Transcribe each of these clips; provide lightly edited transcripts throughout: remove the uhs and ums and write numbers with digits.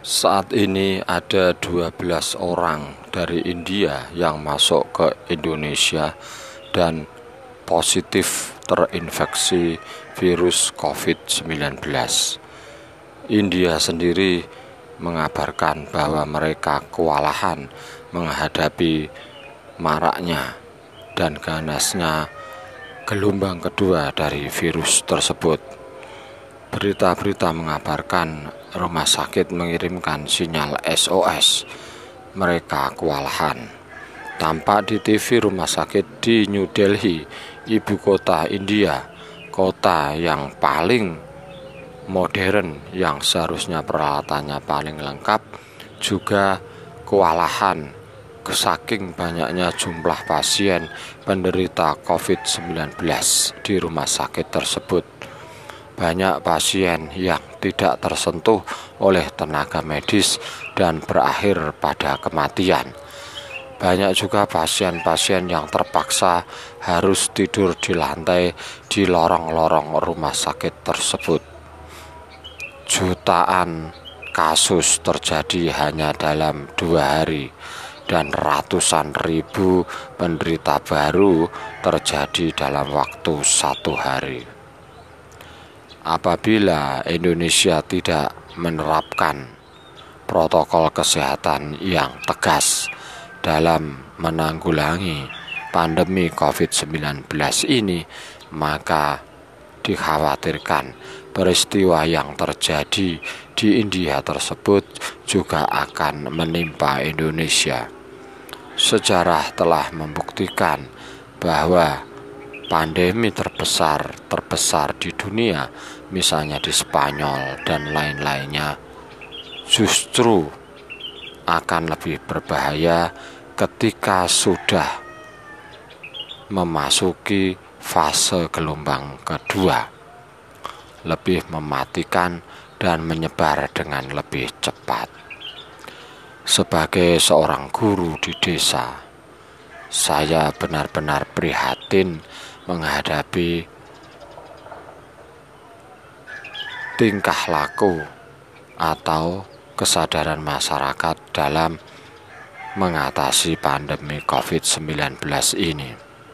Saat ini ada 12 orang dari India yang masuk ke Indonesia dan positif terinfeksi virus COVID-19. India sendiri mengabarkan bahwa mereka kewalahan menghadapi maraknya dan ganasnya gelombang kedua dari virus tersebut. Berita-berita mengabarkan rumah sakit mengirimkan sinyal SOS. Mereka kewalahan. Tampak di TV rumah sakit di New Delhi, ibu kota India, kota yang paling modern yang seharusnya peralatannya paling lengkap, juga kewalahan saking banyaknya jumlah pasien penderita COVID-19 di rumah sakit tersebut. Banyak pasien yang tidak tersentuh oleh tenaga medis dan berakhir pada kematian. Banyak juga pasien-pasien yang terpaksa harus tidur di lantai di lorong-lorong rumah sakit tersebut. Jutaan kasus terjadi hanya dalam 2 hari dan ratusan ribu penderita baru terjadi dalam waktu 1 hari. Apabila Indonesia tidak menerapkan protokol kesehatan yang tegas dalam menanggulangi pandemi COVID-19 ini, maka dikhawatirkan peristiwa yang terjadi di India tersebut juga akan menimpa Indonesia. Sejarah telah membuktikan bahwa pandemi terbesar di dunia, misalnya di Spanyol dan lain-lainnya, justru akan lebih berbahaya ketika sudah memasuki fase gelombang kedua, lebih mematikan dan menyebar dengan lebih cepat. Sebagai seorang guru di desa, saya benar-benar prihatin menghadapi tingkah laku atau kesadaran masyarakat dalam mengatasi pandemi COVID-19 ini.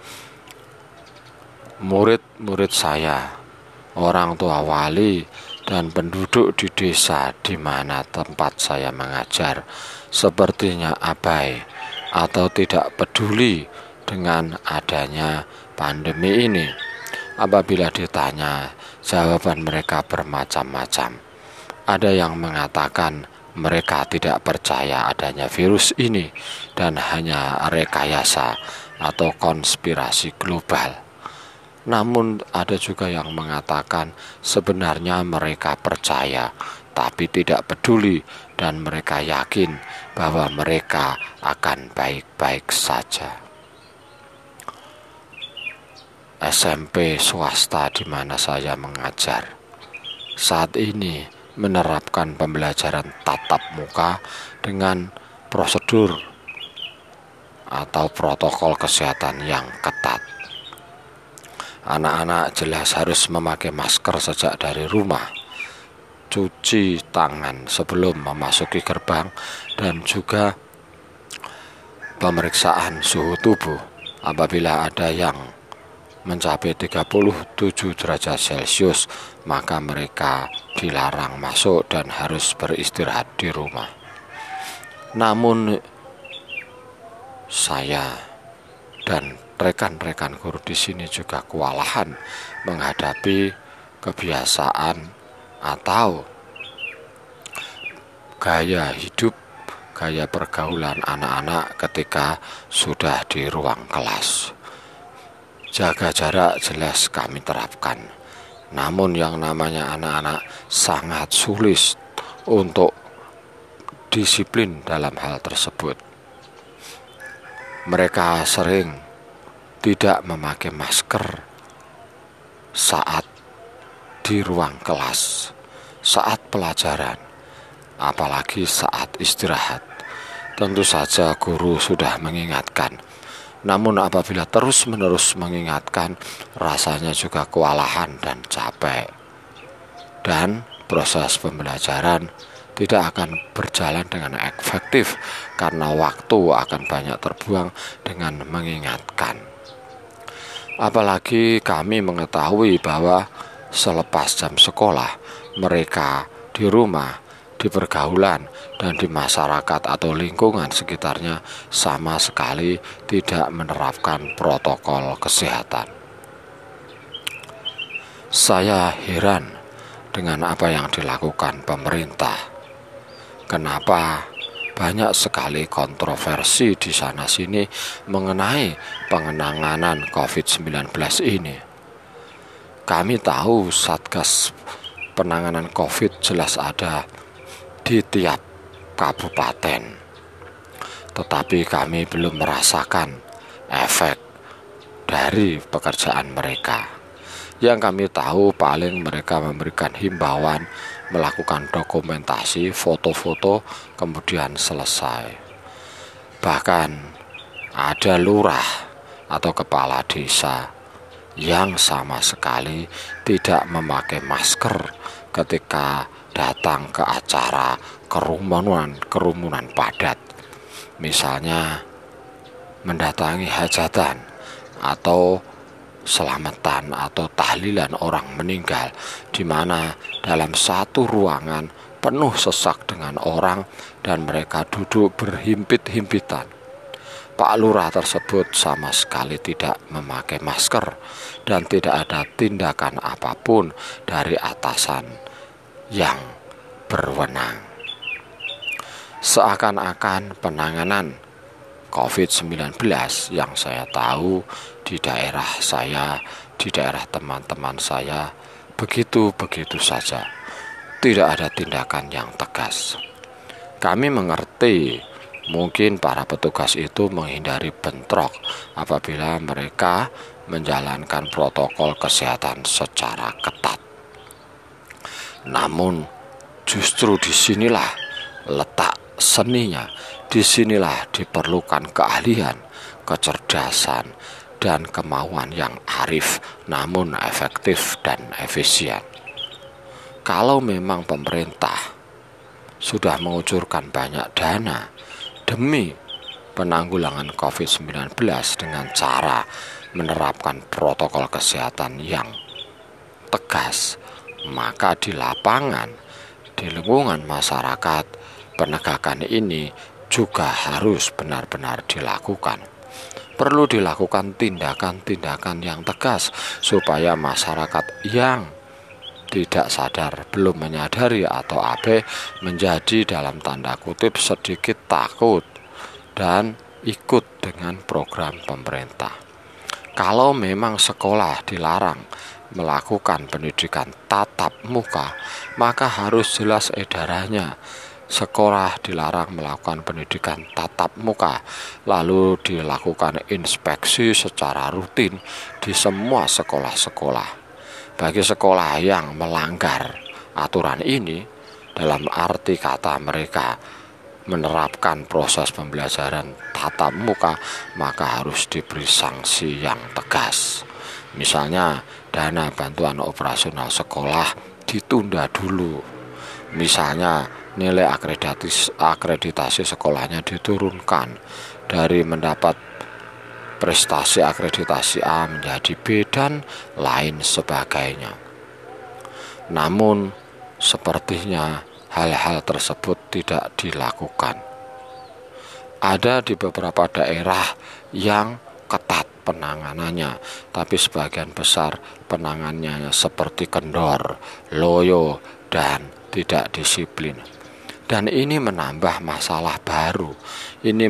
Murid-murid saya, orang tua wali, dan penduduk di desa di mana tempat saya mengajar sepertinya abai atau tidak peduli dengan adanya pandemi ini. Apabila ditanya, jawaban mereka bermacam-macam. Ada yang mengatakan mereka tidak percaya adanya virus ini dan hanya rekayasa atau konspirasi global. Namun ada juga yang mengatakan sebenarnya mereka percaya tapi tidak peduli dan mereka yakin bahwa mereka akan baik-baik saja. SMP swasta di mana saya mengajar saat ini menerapkan pembelajaran tatap muka dengan prosedur atau protokol kesehatan yang ketat. Anak-anak jelas harus memakai masker sejak dari rumah, cuci tangan sebelum memasuki gerbang, dan juga pemeriksaan suhu tubuh. Apabila ada yang mencapai 37 derajat Celcius, maka mereka dilarang masuk dan harus beristirahat di rumah. Namun saya dan rekan-rekan guru di sini juga kewalahan menghadapi kebiasaan atau gaya hidup, gaya pergaulan anak-anak ketika sudah di ruang kelas. Jaga jarak jelas kami terapkan. Namun yang namanya anak-anak sangat sulit untuk disiplin dalam hal tersebut. Mereka sering tidak memakai masker saat di ruang kelas, saat pelajaran, apalagi saat istirahat. Tentu saja guru sudah mengingatkan. Namun apabila terus-menerus mengingatkan, rasanya juga kewalahan dan capek. Dan proses pembelajaran tidak akan berjalan dengan efektif karena waktu akan banyak terbuang dengan mengingatkan. Apalagi kami mengetahui bahwa selepas jam sekolah, mereka di rumah, di pergaulan, dan di masyarakat atau lingkungan sekitarnya sama sekali tidak menerapkan protokol kesehatan. Saya heran dengan apa yang dilakukan pemerintah. Kenapa banyak sekali kontroversi di sana-sini mengenai penanganan COVID-19 ini? Kami tahu Satgas penanganan COVID jelas ada di tiap kabupaten, tetapi kami belum merasakan efek dari pekerjaan mereka. Yang kami tahu paling mereka memberikan himbauan, melakukan dokumentasi, foto-foto, kemudian selesai. Bahkan ada lurah atau kepala desa yang sama sekali tidak memakai masker ketika datang ke acara kerumunan padat. Misalnya mendatangi hajatan atau selamatan atau tahlilan orang meninggal, di mana dalam satu ruangan penuh sesak dengan orang dan mereka duduk berhimpit-himpitan. Pak Lurah tersebut sama sekali tidak memakai masker dan tidak ada tindakan apapun dari atasan yang berwenang. Seakan-akan penanganan COVID-19 yang saya tahu di daerah saya, di daerah teman-teman saya, begitu-begitu saja. Tidak ada tindakan yang tegas. Kami mengerti mungkin para petugas itu menghindari bentrok apabila mereka menjalankan protokol kesehatan secara ketat. Namun justru disinilah letak seninya, disinilah diperlukan keahlian, kecerdasan, dan kemauan yang arif namun efektif dan efisien. Kalau memang pemerintah sudah mengucurkan banyak dana demi penanggulangan COVID-19 dengan cara menerapkan protokol kesehatan yang tegas, maka di lapangan, di lingkungan masyarakat, penegakan ini juga harus benar-benar dilakukan. Perlu dilakukan tindakan-tindakan yang tegas supaya masyarakat yang tidak sadar, belum menyadari atau abe menjadi dalam tanda kutip sedikit takut dan ikut dengan program pemerintah. Kalau memang sekolah dilarang melakukan pendidikan tatap muka, maka harus jelas edarannya. Sekolah dilarang melakukan pendidikan tatap muka, lalu dilakukan inspeksi secara rutin di semua sekolah-sekolah. Bagi sekolah yang melanggar aturan ini, dalam arti kata mereka menerapkan proses pembelajaran tatap muka, maka harus diberi sanksi yang tegas. Misalnya, dana bantuan operasional sekolah ditunda dulu. Misalnya, nilai akreditasi sekolahnya diturunkan dari mendapat prestasi akreditasi A menjadi B dan lain sebagainya. Namun, sepertinya hal-hal tersebut tidak dilakukan. Ada di beberapa daerah yang ketat penanganannya, tapi sebagian besar penanganannya seperti kendor, loyo, dan tidak disiplin. Dan ini menambah masalah baru. Ini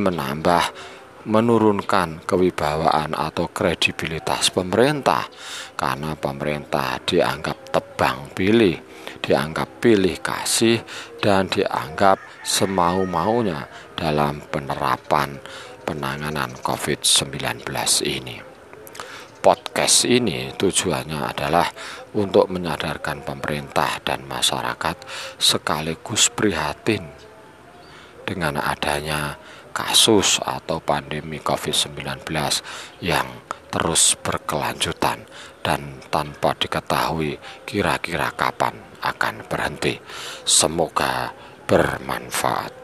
menurunkan kewibawaan atau kredibilitas pemerintah, karena pemerintah dianggap tebang pilih, dianggap pilih kasih, dan dianggap semau-maunya dalam penerapan penanganan COVID-19 ini. Podcast ini tujuannya adalah untuk menyadarkan pemerintah dan masyarakat sekaligus prihatin dengan adanya kasus atau pandemi COVID-19 yang terus berkelanjutan dan tanpa diketahui kira-kira kapan akan berhenti. Semoga bermanfaat.